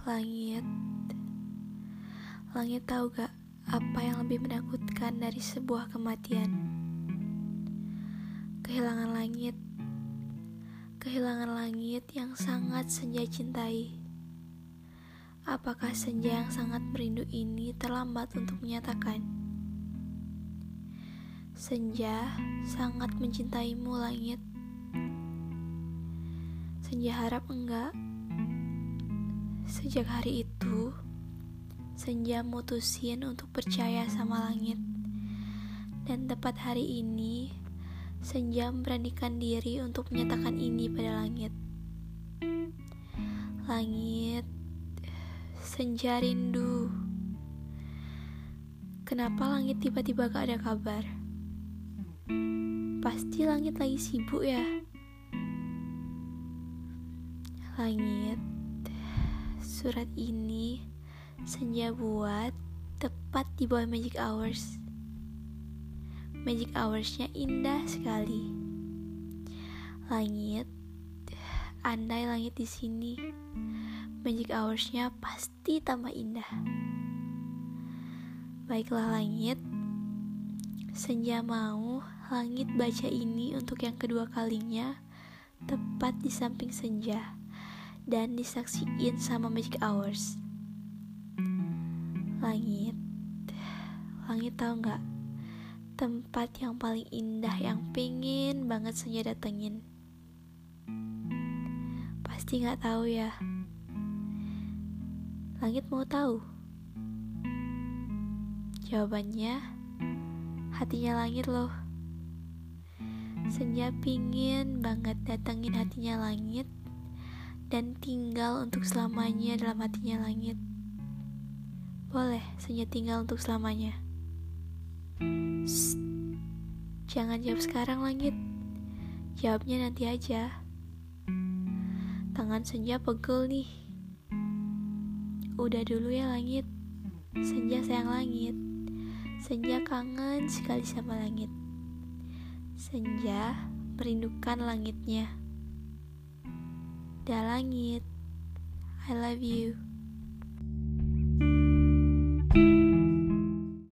Langit, langit tahu gak apa yang lebih menakutkan dari sebuah kematian? Kehilangan langit, kehilangan langit yang sangat senja cintai. Apakah senja yang sangat merindu ini terlambat untuk menyatakan? Senja sangat mencintaimu langit. Senja harap enggak. Sejak hari itu, senja mutusin untuk percaya sama langit. Dan tepat hari ini, senja memberanikan diri untuk menyatakan ini pada langit. Langit, senja rindu. Kenapa langit tiba-tiba gak ada kabar? Pasti langit lagi sibuk ya. Langit, surat ini senja buat tepat di bawah magic hours. Magic hoursnya indah sekali. Langit, andai langit di sini, magic hoursnya pasti tambah indah. Baiklah langit, senja mau langit baca ini untuk yang kedua kalinya, tepat di samping senja, dan disaksiin sama magic hours. Langit, langit tahu gak tempat yang paling indah yang pengen banget senja datengin? Pasti gak tahu ya. Langit mau tahu? Jawabannya hatinya langit loh. Senja pingin banget datengin hatinya langit dan tinggal untuk selamanya dalam hatinya langit. Boleh senja tinggal untuk selamanya? Shh, jangan jawab sekarang langit. Jawabnya nanti aja. Tangan senja pegel nih. Udah dulu ya langit. Senja sayang langit. Senja kangen sekali sama langit. Senja merindukan langitnya. Dah langit, I love you.